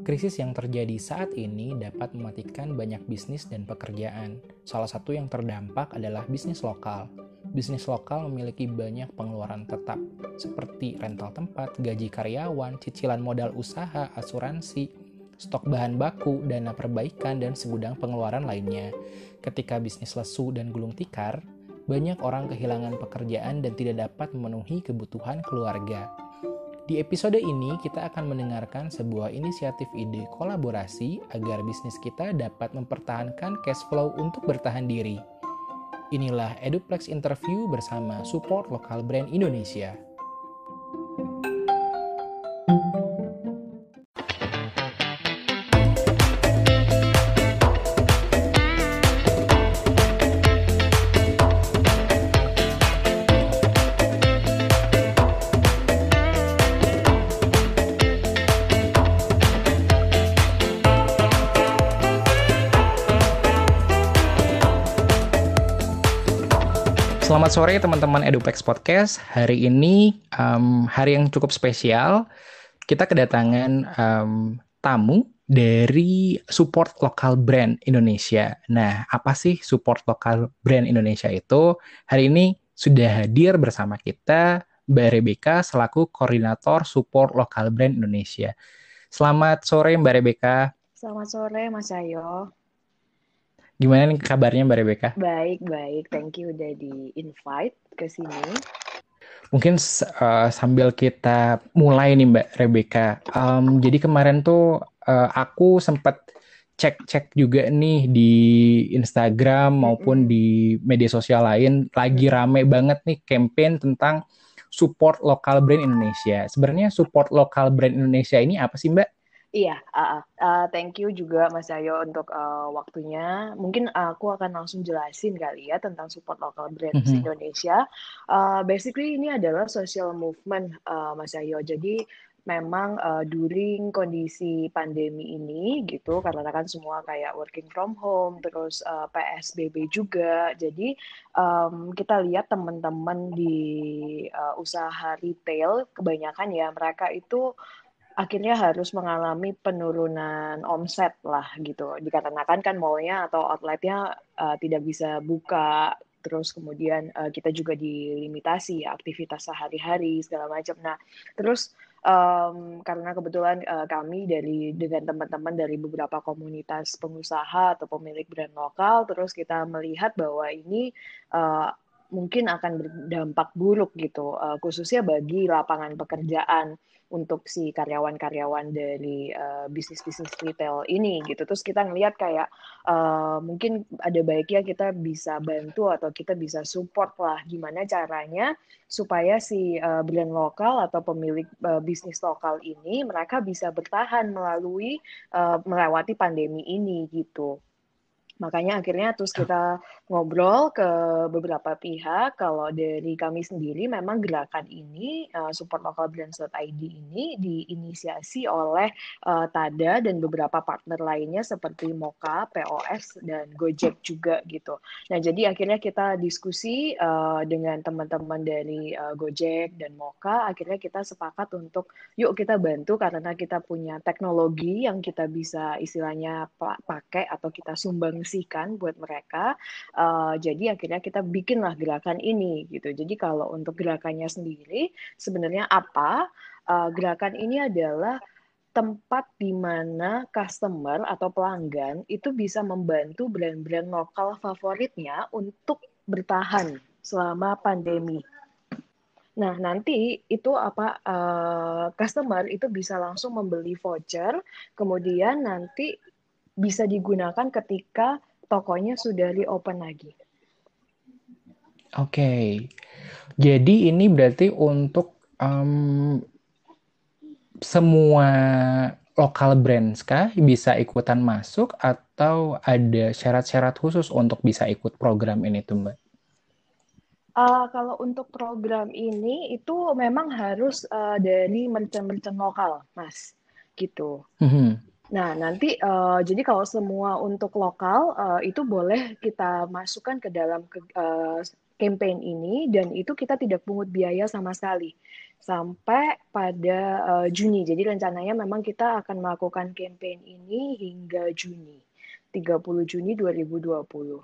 Krisis yang terjadi saat ini dapat mematikan banyak bisnis dan pekerjaan. Salah satu yang terdampak adalah bisnis lokal. Bisnis lokal memiliki banyak pengeluaran tetap, seperti rental tempat, gaji karyawan, cicilan modal usaha, asuransi, stok bahan baku, dana perbaikan, dan segudang pengeluaran lainnya. Ketika bisnis lesu dan gulung tikar, banyak orang kehilangan pekerjaan dan tidak dapat memenuhi kebutuhan keluarga. Di episode ini, kita akan mendengarkan sebuah inisiatif ide kolaborasi agar bisnis kita dapat mempertahankan cash flow untuk bertahan diri. Inilah Eduplex Interview bersama Support Lokal Brand Indonesia. Selamat sore teman-teman Eduplex Podcast. Hari ini hari yang cukup spesial. Kita kedatangan tamu dari Support Lokal Brand Indonesia. Nah, apa sih Support Lokal Brand Indonesia itu? Hari ini sudah hadir bersama kita Mbak Rebecca selaku Koordinator Support Lokal Brand Indonesia. Selamat sore Mbak Rebecca. Selamat sore Mas Ayo. Gimana nih kabarnya Mbak Rebecca? Baik. Thank you udah di-invite ke sini. Mungkin sambil kita mulai nih Mbak Rebecca. Jadi kemarin tuh aku sempat cek juga nih di Instagram maupun di media sosial lain. Lagi rame banget nih campaign tentang support lokal brand Indonesia. Sebenarnya support lokal brand Indonesia ini apa sih Mbak? Iya, thank you juga Mas Ayo untuk waktunya. Mungkin aku akan langsung jelasin kali ya tentang support local brands Indonesia. Basically ini adalah social movement Mas Ayo. Jadi memang during kondisi pandemi ini gitu, karena kan semua kayak working from home, terus PSBB juga. Jadi kita lihat teman-teman di usaha retail, kebanyakan ya mereka itu akhirnya harus mengalami penurunan omset lah gitu. Dikarenakan kan mallnya atau outletnya tidak bisa buka, terus kemudian kita juga dilimitasi ya, aktivitas sehari-hari segala macam. Nah, terus karena kebetulan kami dengan teman-teman dari beberapa komunitas pengusaha atau pemilik brand lokal, terus kita melihat bahwa ini mungkin akan berdampak buruk gitu, khususnya bagi lapangan pekerjaan untuk si karyawan-karyawan dari bisnis-bisnis retail ini gitu. Terus kita ngelihat kayak mungkin ada baiknya kita bisa bantu atau kita bisa support lah gimana caranya supaya si brand lokal atau pemilik bisnis lokal ini mereka bisa bertahan melewati pandemi ini gitu. Makanya akhirnya terus kita ngobrol ke beberapa pihak. Kalau dari kami sendiri memang gerakan ini, supportlocalbrands.id ini diinisiasi oleh TADA dan beberapa partner lainnya seperti Moka, POS, dan Gojek juga gitu. Nah, jadi akhirnya kita diskusi dengan teman-teman dari Gojek dan Moka, akhirnya kita sepakat untuk yuk kita bantu karena kita punya teknologi yang kita bisa istilahnya pakai atau kita sumbang buat mereka. Jadi akhirnya kita bikinlah gerakan ini gitu. Jadi kalau untuk gerakannya sendiri sebenarnya apa? Gerakan ini adalah tempat di mana customer atau pelanggan itu bisa membantu brand-brand lokal favoritnya untuk bertahan selama pandemi. Nah, nanti itu customer itu bisa langsung membeli voucher, kemudian nanti bisa digunakan ketika tokonya sudah reopen lagi. Oke. Jadi ini berarti untuk semua lokal brands kah bisa ikutan masuk atau ada syarat-syarat khusus untuk bisa ikut program ini tuh Mbak? Kalau untuk program ini itu memang harus dari merchant-merchant lokal, Mas, gitu. Nah, nanti jadi kalau semua untuk lokal itu boleh kita masukkan ke dalam campaign ini dan itu kita tidak pungut biaya sama sekali. sampai pada Juni. Jadi rencananya memang kita akan melakukan campaign ini hingga Juni, 30 Juni 2020.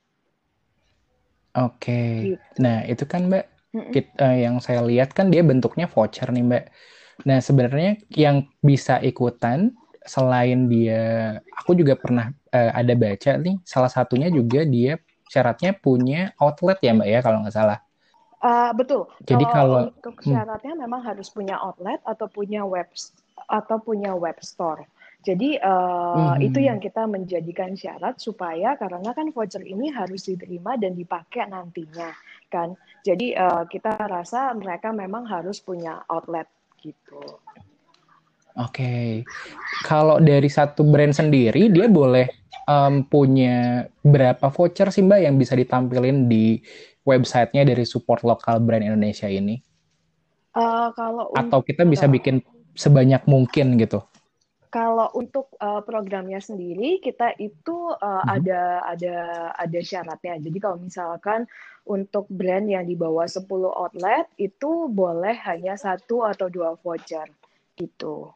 Oke. Gitu. Nah, itu kan Mbak, Mm-mm. yang saya lihat kan dia bentuknya voucher nih Mbak. Nah, sebenarnya yang bisa ikutan selain dia, aku juga pernah ada baca nih, salah satunya juga dia syaratnya punya outlet ya Mbak ya, kalau nggak salah. Betul. Jadi Kalau kalau, untuk syaratnya memang harus punya outlet atau punya web store. Jadi itu mhm, yang kita menjadikan syarat supaya karena kan voucher ini harus diterima dan dipakai nantinya kan. Jadi kita rasa mereka memang harus punya outlet gitu. oke. Kalau dari satu brand sendiri, dia boleh punya berapa voucher sih Mbak yang bisa ditampilin di websitenya dari support lokal brand Indonesia ini? Kalau Atau kita bisa untuk bikin sebanyak mungkin gitu? Programnya sendiri kita itu Mhm. ada syaratnya. Jadi kalau misalkan untuk brand yang di bawah 10 outlet itu boleh hanya satu atau dua voucher gitu.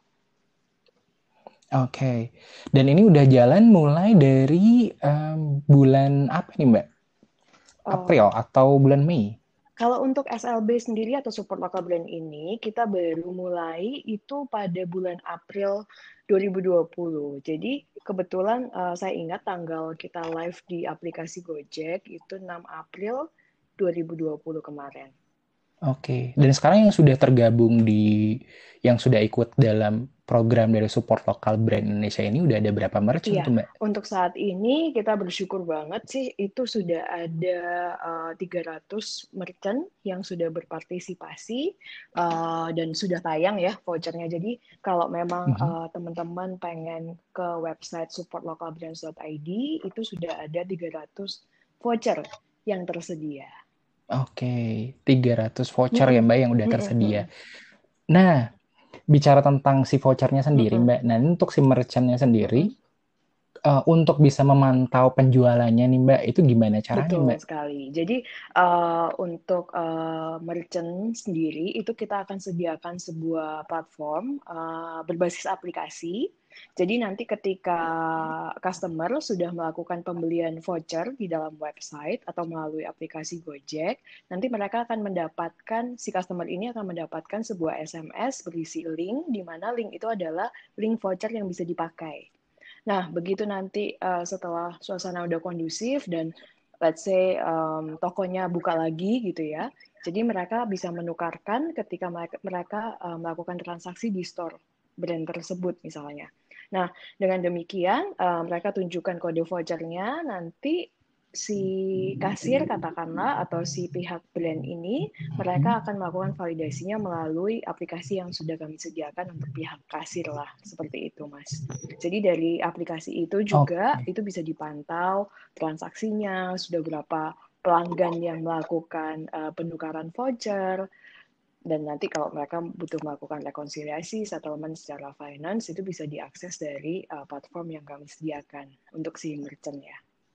Oke. Dan ini udah jalan mulai dari bulan apa nih Mbak? April Uh, atau bulan Mei? Kalau untuk SLB sendiri atau support local brand ini, kita baru mulai itu pada bulan April 2020. Jadi kebetulan saya ingat tanggal kita live di aplikasi Gojek itu 6 April 2020 kemarin. Oke. Dan sekarang yang sudah tergabung yang sudah ikut dalam program dari support lokal brand Indonesia ini udah ada berapa merchant Iya, tuh Mbak? untuk saat ini kita bersyukur banget sih itu sudah ada 300 merchant yang sudah berpartisipasi dan sudah tayang ya vouchernya. Jadi kalau memang Mhm. teman-teman pengen ke website supportlocalbrands.id itu sudah ada 300 voucher yang tersedia. Oke, 300 voucher ya Mm-mm. Mbak yang udah Mm-mm. tersedia. Mm-mm. Nah, bicara tentang si vouchernya sendiri Mm-mm. Mbak. Nah, untuk si merchantnya sendiri, Mm-mm. untuk bisa memantau penjualannya nih Mbak, itu gimana caranya Betul Mbak? sekali. Jadi untuk merchant sendiri itu kita akan sediakan sebuah platform berbasis aplikasi. Jadi nanti ketika customer sudah melakukan pembelian voucher di dalam website atau melalui aplikasi Gojek, nanti mereka akan mendapatkan si customer ini akan mendapatkan sebuah SMS berisi link di mana link itu adalah link voucher yang bisa dipakai. Nah, begitu nanti setelah suasana udah kondusif dan let's say tokonya buka lagi gitu ya, jadi mereka bisa menukarkan ketika mereka melakukan transaksi di store brand tersebut misalnya. Nah, dengan demikian mereka tunjukkan kode vouchernya, nanti si kasir katakanlah atau si pihak brand ini Mhm. mereka akan melakukan validasinya melalui aplikasi yang sudah kami sediakan untuk pihak kasir lah seperti itu Mas. Jadi dari aplikasi itu juga Oke, itu bisa dipantau transaksinya, sudah berapa pelanggan yang melakukan penukaran voucher, dan nanti kalau mereka butuh melakukan rekonsiliasi, settlement secara finance, itu bisa diakses dari platform yang kami sediakan untuk si merchant ya.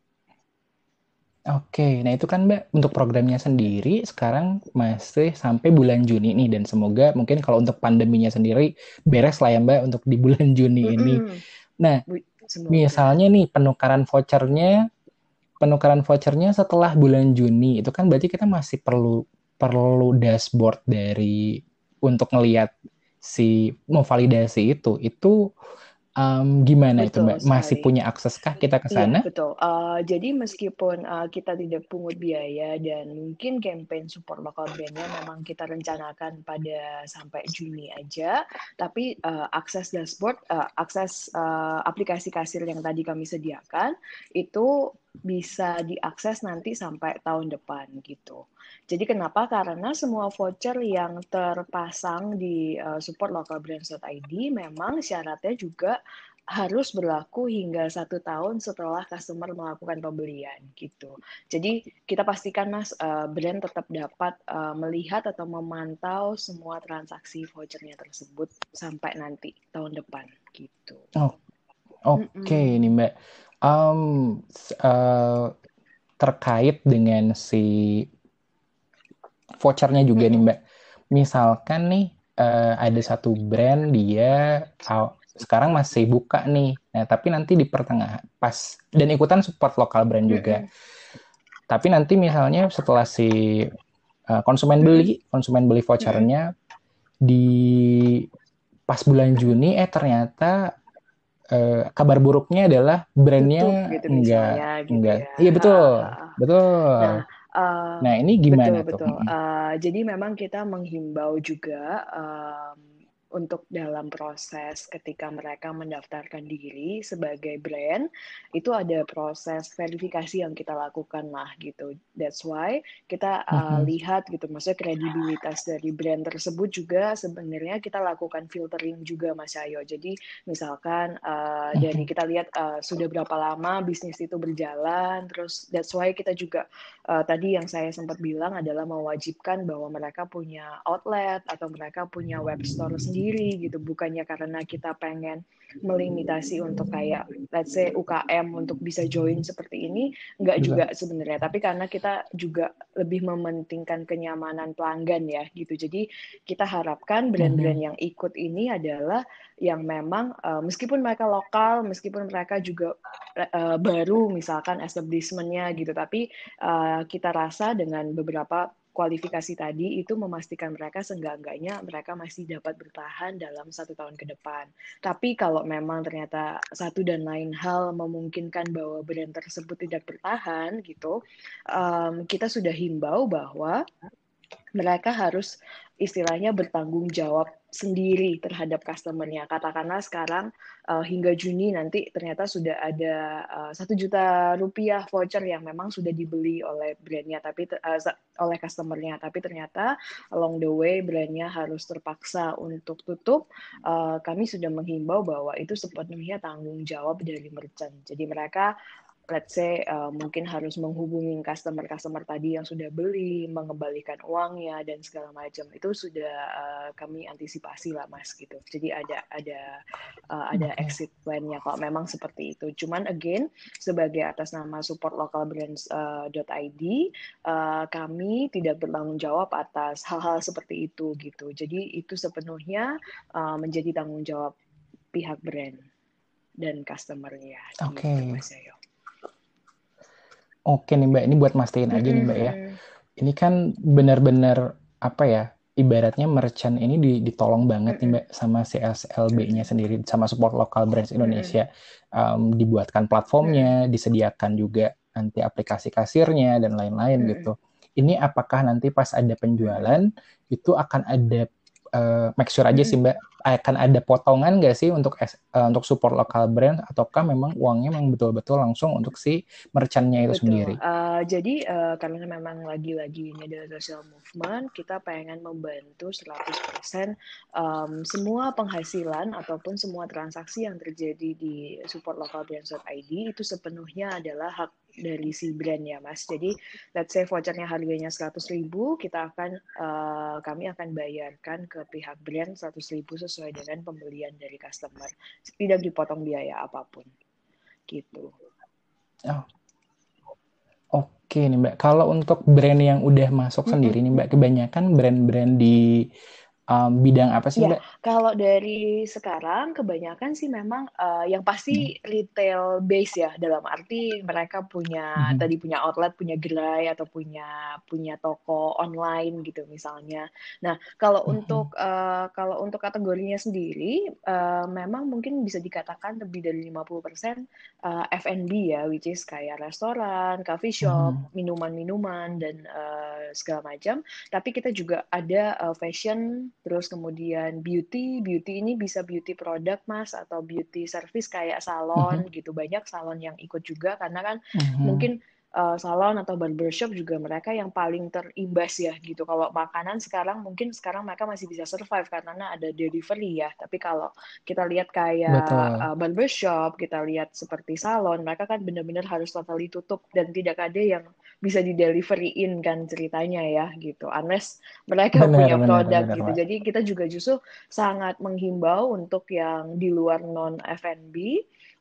oke. Nah itu kan Mbak untuk programnya sendiri sekarang masih sampai bulan Juni nih dan semoga mungkin kalau untuk pandeminya sendiri beres lah ya Mbak untuk di bulan Juni ini. Mm-mm. Nah, Semoga. misalnya nih penukaran vouchernya setelah bulan Juni itu kan berarti kita masih perlu perlu dashboard untuk ngelihat si mau validasi itu gimana itu Betul Mbak? Masih sekali. punya akses kita ke Iya, sana? betul. Jadi meskipun kita tidak pungut biaya dan mungkin campaign support lokal brandnya memang kita rencanakan pada sampai Juni aja, tapi akses dashboard, akses aplikasi kasir yang tadi kami sediakan itu bisa diakses nanti sampai tahun depan gitu. Jadi kenapa? Karena semua voucher yang terpasang di supportlocalbrands.id memang syaratnya juga harus berlaku hingga 1 tahun setelah customer melakukan pembelian gitu. Jadi kita pastikan Mas brand tetap dapat melihat atau memantau semua transaksi vouchernya tersebut sampai nanti tahun depan gitu. Oh, oke Mm-mm. nih Mbak. Em, terkait dengan si vouchernya juga nih Mm-mm. Mbak. misalkan nih ada satu brand dia sekarang masih buka nih. Nah, tapi nanti di pertengahan pas dan ikutan support lokal brand juga. Mm-mm. Tapi nanti misalnya setelah si Mm-mm. konsumen beli Mm-mm. vouchernya di pas bulan Juni ternyata kabar buruknya adalah Tutup brandnya gitu misalnya gitu enggak. ya. Iya Ha, betul. ha, ha. Nah, Betul. eh, Nah, ini betul gimana tuh? betul. Jadi memang kita menghimbau juga untuk dalam proses ketika mereka mendaftarkan diri sebagai brand itu ada proses verifikasi yang kita lakukan lah gitu. That's why kita lihat gitu, maksudnya kredibilitas dari brand tersebut juga sebenarnya kita lakukan filtering juga Mas Ayo. Jadi misalkan dari kita lihat sudah berapa lama bisnis itu berjalan, terus that's why kita juga tadi yang saya sempat bilang adalah mewajibkan bahwa mereka punya outlet atau mereka punya web store sendiri gitu, bukannya karena kita pengen melimitasi untuk kayak let's say UKM untuk bisa join seperti ini, enggak juga sebenarnya, tapi karena kita juga lebih mementingkan kenyamanan pelanggan ya gitu. Jadi kita harapkan brand-brand yang ikut ini adalah yang memang meskipun mereka lokal, meskipun mereka juga baru misalkan establishment-nya gitu, tapi kita rasa dengan beberapa kualifikasi tadi itu memastikan mereka seenggak-enggaknya mereka masih dapat bertahan dalam 1 tahun ke depan. Tapi kalau memang ternyata satu dan lain hal memungkinkan bahwa brand tersebut tidak bertahan gitu, kita sudah himbau bahwa mereka harus istilahnya bertanggung jawab sendiri terhadap customer-nya. Katakanlah sekarang hingga Juni nanti ternyata sudah ada 1 juta rupiah voucher yang memang sudah dibeli oleh brandnya, tapi oleh customer-nya. Tapi ternyata along the way brandnya harus terpaksa untuk tutup. Kami sudah menghimbau bahwa itu sepenuhnya tanggung jawab dari merchant. Jadi mereka let's say mungkin harus menghubungi customer tadi yang sudah beli, mengembalikan uangnya dan segala macam. Itu sudah kami antisipasi lah Mas gitu. Jadi ada exit plan-nya kalau memang seperti itu. Cuman again sebagai atas nama supportlocalbrands.id kami tidak bertanggung jawab atas hal-hal seperti itu gitu. Jadi itu sepenuhnya menjadi tanggung jawab pihak brand dan customer-nya Oke. gitu Mas Yayo. Oke nih Mbak, ini buat mastiin aja nih Mbak ya. Ini kan benar-benar apa ya, ibaratnya merchant ini ditolong banget nih Mbak sama CSLB-nya sendiri, sama Support Local Brands Indonesia. Dibuatkan platformnya, disediakan juga nanti aplikasi kasirnya dan lain-lain gitu. Ini apakah nanti pas ada penjualan itu akan ada make sure aja sih Mbak, akan ada potongan nggak sih untuk support lokal brand, ataukah memang uangnya memang betul-betul langsung untuk si merchant-nya itu Betul. sendiri? Jadi karena memang lagi-lagi ini adalah social movement, kita pengen membantu 100% semua penghasilan ataupun semua transaksi yang terjadi di supportlocalbrands.id itu sepenuhnya adalah hak dari si brand ya Mas. Jadi let's say vouchernya harganya 100.000, kami akan bayarkan ke pihak brand 100.000 sesuai dengan pembelian dari customer. Tidak dipotong biaya apapun. Gitu. Oh, oke nih Mbak. Kalau untuk brand yang udah masuk sendiri nih Mbak, kebanyakan brand-brand di bidang apa sih Mbak? Kalau dari sekarang kebanyakan sih memang yang pasti retail base ya, dalam arti mereka punya outlet, punya gerai atau punya toko online gitu misalnya. Nah, kalau untuk kategorinya sendiri memang mungkin bisa dikatakan lebih dari 50% F&B ya, which is kayak restoran, coffee shop, minuman-minuman dan segala macam. Tapi kita juga ada fashion, terus kemudian beauty ini bisa beauty product Mas, atau beauty service kayak salon gitu. Banyak salon yang ikut juga karena kan mungkin salon atau barbershop juga mereka yang paling terimbas ya gitu. Kalau makanan sekarang mereka masih bisa survive karena ada delivery ya. Tapi kalau kita lihat kayak barbershop, kita lihat seperti salon, mereka kan benar-benar harus totally tutup dan tidak ada yang bisa di-delivery-in kan ceritanya ya gitu. Unless mereka punya produk gitu. Mbak. Jadi kita juga justru sangat menghimbau untuk yang di luar non F&B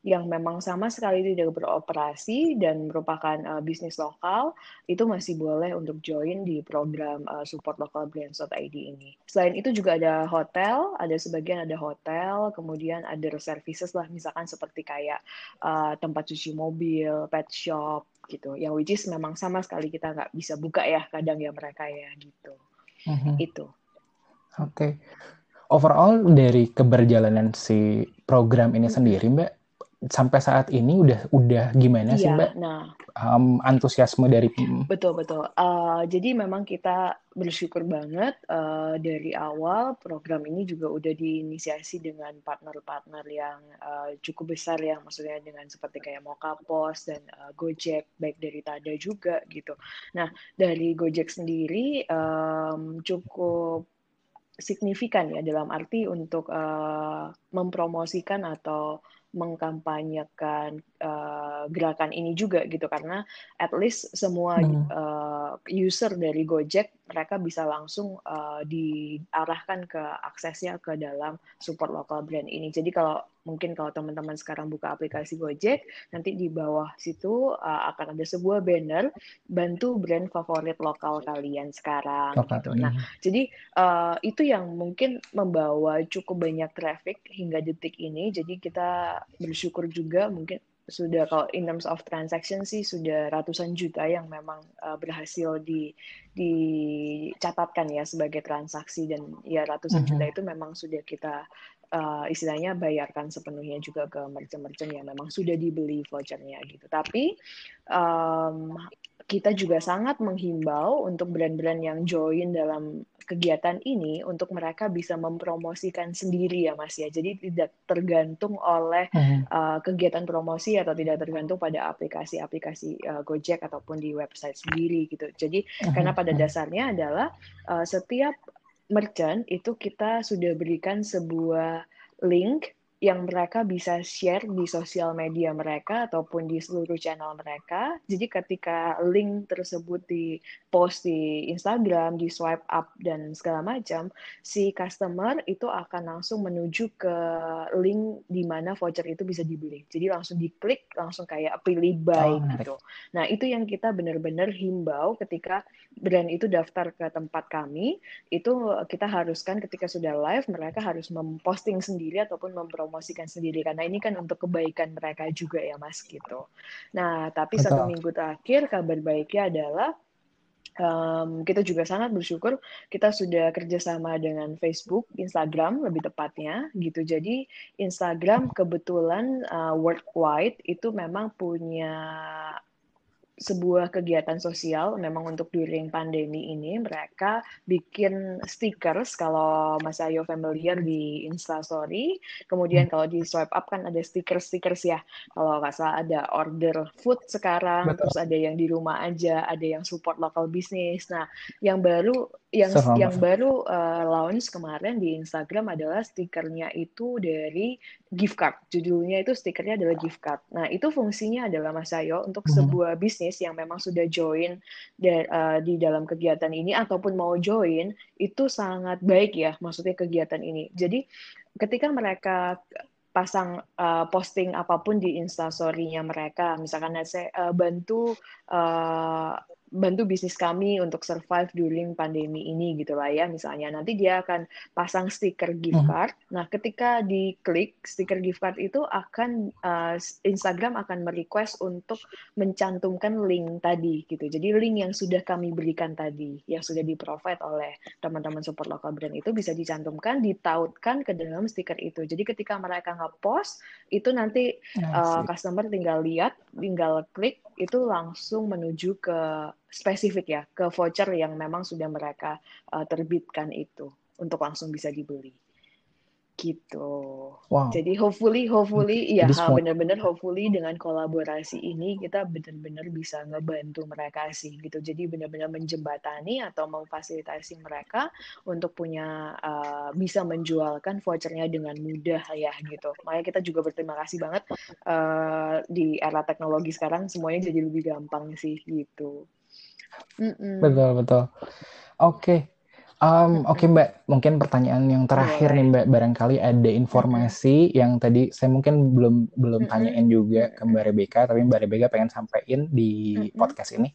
yang memang sama sekali tidak beroperasi dan merupakan bisnis lokal, itu masih boleh untuk join di program supportlocalbrands.id ini. Selain itu juga ada hotel, ada sebagian ada hotel, kemudian ada services lah, misalkan seperti kayak tempat cuci mobil, pet shop, gitu. Yang which is memang sama sekali kita nggak bisa buka ya, kadang ya mereka ya, gitu. Itu. Oke. Overall dari keberjalanan si program ini sendiri, Mbak, sampai saat ini udah gimana sih, Mbak? Nah, Antusiasme dari betul. Jadi memang kita bersyukur banget dari awal program ini juga udah diinisiasi dengan partner-partner yang cukup besar ya, maksudnya dengan seperti kayak Mokapos dan Gojek, baik dari Tada juga gitu. Nah, dari Gojek sendiri cukup signifikan ya dalam arti untuk mempromosikan atau mengkampanyekan gerakan ini juga gitu, karena at least semua user dari Gojek mereka bisa langsung diarahkan ke aksesnya ke dalam support local brand ini. Jadi kalau teman-teman sekarang buka aplikasi Gojek, nanti di bawah situ akan ada sebuah banner bantu brand favorit lokal kalian sekarang gitu. Nah, jadi itu yang mungkin membawa cukup banyak traffic hingga detik ini. Jadi kita bersyukur juga mungkin sudah, kalau in terms of transaction sih sudah ratusan juta yang memang berhasil dicatatkan ya sebagai transaksi, dan ya ratusan juta itu memang sudah kita istilahnya bayarkan sepenuhnya juga ke merchant-merchant yang memang sudah dibeli vouchernya gitu. Tapi kita juga sangat menghimbau untuk brand-brand yang join dalam kegiatan ini untuk mereka bisa mempromosikan sendiri ya Mas ya. Jadi tidak tergantung oleh kegiatan promosi atau tidak tergantung pada aplikasi-aplikasi Gojek ataupun di website sendiri gitu. Jadi karena pada dasarnya adalah setiap merchant itu kita sudah berikan sebuah link yang mereka bisa share di sosial media mereka ataupun di seluruh channel mereka. Jadi ketika link tersebut di post di Instagram, di swipe up dan segala macam, si customer itu akan langsung menuju ke link di mana voucher itu bisa dibeli. Jadi langsung diklik, langsung kayak pilih buy gitu. Nah, itu yang kita benar-benar himbau ketika brand itu daftar ke tempat kami, itu kita haruskan ketika sudah live, mereka harus memposting sendiri ataupun mempromosikan sendiri, karena ini kan untuk kebaikan mereka juga ya Mas gitu. Nah, tapi 1 minggu terakhir kabar baiknya adalah kita juga sangat bersyukur kita sudah kerjasama dengan Facebook, Instagram lebih tepatnya gitu. Jadi Instagram kebetulan worldwide itu memang punya sebuah kegiatan sosial memang untuk during pandemi ini. Mereka bikin stickers, kalau Mas Ayo familiar di Instastory, kemudian kalau di swipe up kan ada stickers ya, kalau nggak salah ada order food sekarang, terus ada yang di rumah aja, ada yang support local business. Nah, yang baru launch kemarin di Instagram adalah stikernya itu dari gift card. Judulnya itu stikernya adalah gift card. Nah, itu fungsinya adalah Mas Ayo untuk sebuah bisnis yang memang sudah join di dalam kegiatan ini ataupun mau join, itu sangat baik ya, maksudnya kegiatan ini. Jadi ketika mereka pasang posting apapun di Instastory-nya mereka, misalkan saya bantu bisnis kami untuk survive during pandemi ini gitu lah ya, misalnya nanti dia akan pasang stiker gift card. Nah, ketika diklik stiker gift card itu akan Instagram akan merequest untuk mencantumkan link tadi gitu. Jadi link yang sudah kami berikan tadi, yang sudah di-provide oleh teman-teman support local brand itu bisa dicantumkan, ditautkan ke dalam stiker itu. Jadi ketika mereka nge-post, itu nanti customer tinggal lihat, tinggal klik, itu langsung menuju ke spesifik ya, ke voucher yang memang sudah mereka terbitkan itu untuk langsung bisa dibeli gitu. Wow. Jadi hopefully ya benar-benar hopefully dengan kolaborasi ini kita benar-benar bisa ngebantu mereka sih gitu. Jadi benar-benar menjembatani atau memfasilitasi mereka untuk punya bisa menjualkan vouchernya dengan mudah ya gitu. Makanya kita juga berterima kasih banget di era teknologi sekarang semuanya jadi lebih gampang sih gitu. Betul. Oke. Oke Mbak, mungkin pertanyaan yang terakhir nih Boleh. Mbak, barangkali ada informasi yang tadi saya mungkin belum tanyain juga ke Mbak Rebecca, tapi Mbak Rebecca pengen sampaikan di podcast ini.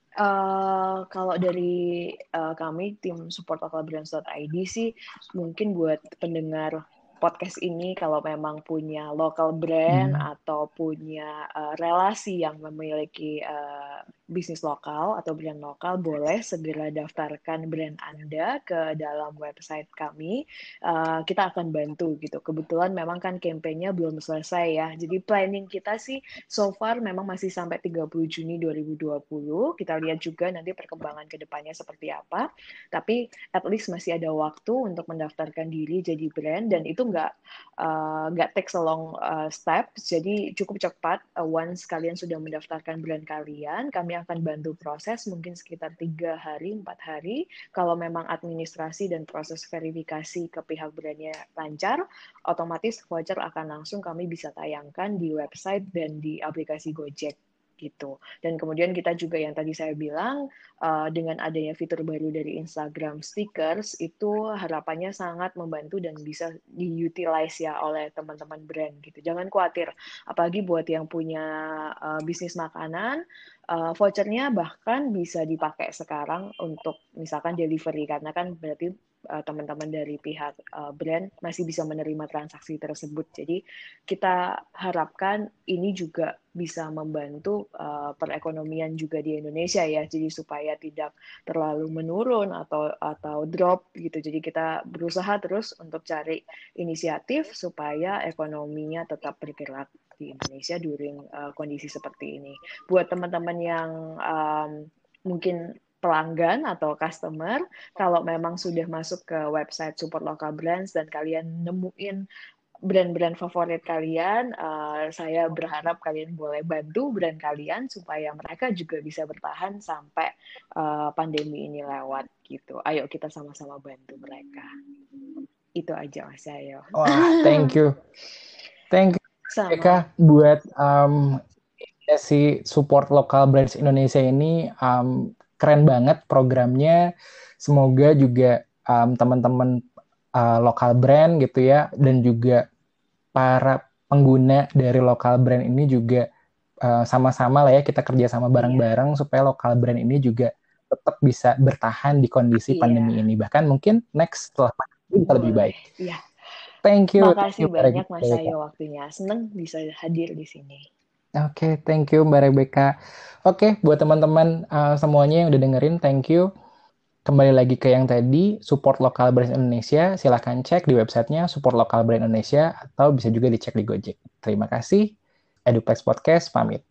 Kalau dari kami tim support localbrands.id sih, mungkin buat pendengar podcast ini kalau memang punya local brand atau punya relasi yang memiliki bisnis lokal atau brand lokal, boleh segera daftarkan brand Anda ke dalam website kami. Kita akan bantu gitu. Kebetulan memang kan campaign-nya belum selesai ya. Jadi planning kita sih so far memang masih sampai 30 Juni 2020. Kita lihat juga nanti perkembangan ke depannya seperti apa. Tapi at least masih ada waktu untuk mendaftarkan diri jadi brand, dan itu nggak takes a long step. Jadi cukup cepat. Once kalian sudah mendaftarkan brand kalian, kami akan bantu proses mungkin sekitar 3 hari, 4 hari. Kalau memang administrasi dan proses verifikasi ke pihak brandnya lancar, otomatis voucher akan langsung kami bisa tayangkan di website dan di aplikasi Gojek gitu. Dan kemudian kita juga yang tadi saya bilang, dengan adanya fitur baru dari Instagram stickers, itu harapannya sangat membantu dan bisa diutilize ya oleh teman-teman brand gitu. Jangan khawatir, apalagi buat yang punya bisnis makanan, vouchernya bahkan bisa dipakai sekarang untuk misalkan delivery, karena kan berarti teman-teman dari pihak brand masih bisa menerima transaksi tersebut. Jadi kita harapkan ini juga bisa membantu perekonomian juga di Indonesia ya. Jadi supaya tidak terlalu menurun atau drop gitu. Jadi kita berusaha terus untuk cari inisiatif supaya ekonominya tetap bergerak di Indonesia during kondisi seperti ini. Buat teman-teman yang mungkin pelanggan atau customer, kalau memang sudah masuk ke website Support Local Brands dan kalian nemuin brand-brand favorit kalian, saya berharap kalian boleh bantu brand kalian supaya mereka juga bisa bertahan sampai pandemi ini lewat gitu. Ayo kita sama-sama bantu mereka. Itu aja Mas Ayo. Wah, thank you Eka buat si support local brands Indonesia ini. Keren banget programnya. Semoga juga teman-teman lokal brand gitu ya, dan juga para pengguna dari lokal brand ini juga sama-sama lah ya, kita kerjasama bareng-bareng supaya lokal brand ini juga tetap bisa bertahan di kondisi pandemi ini. Bahkan mungkin next setelah pandemi bisa lebih baik. Iya. Thank you. Makasih banyak Mas Ayo waktunya. Senang bisa hadir di sini. Oke, thank you Mbak Rebecca. Oke, buat teman-teman semuanya yang udah dengerin, thank you. Kembali lagi ke yang tadi, support lokal brand Indonesia, silahkan cek di websitenya Support Local Brand Indonesia, atau bisa juga dicek di Gojek. Terima kasih. Eduplex Podcast pamit.